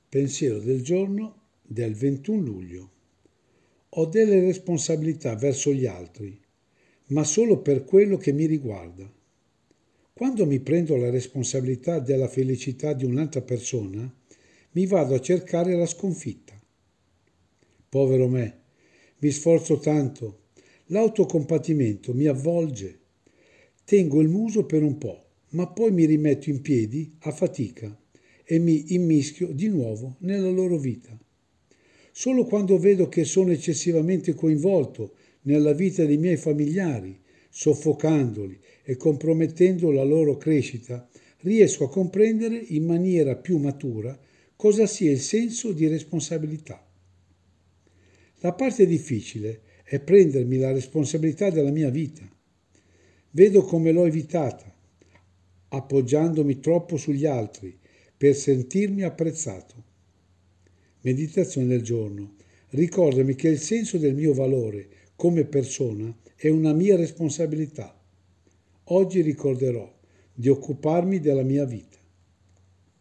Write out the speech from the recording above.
Pensiero del giorno del 21 luglio. Ho delle responsabilità verso gli altri, ma solo per quello che mi riguarda. Quando mi prendo la responsabilità della felicità di un'altra persona, mi vado a cercare la sconfitta. Povero me, mi sforzo tanto, l'autocompatimento mi avvolge. Tengo il muso per un po', ma poi mi rimetto in piedi a fatica e mi immischio di nuovo nella loro vita. Solo quando vedo che sono eccessivamente coinvolto nella vita dei miei familiari, soffocandoli e compromettendo la loro crescita, riesco a comprendere in maniera più matura cosa sia il senso di responsabilità. La parte difficile è prendermi la responsabilità della mia vita. Vedo come l'ho evitata, appoggiandomi troppo sugli altri per sentirmi apprezzato. Meditazione del giorno. Ricordami che il senso del mio valore come persona è una mia responsabilità. Oggi ricorderò di occuparmi della mia vita.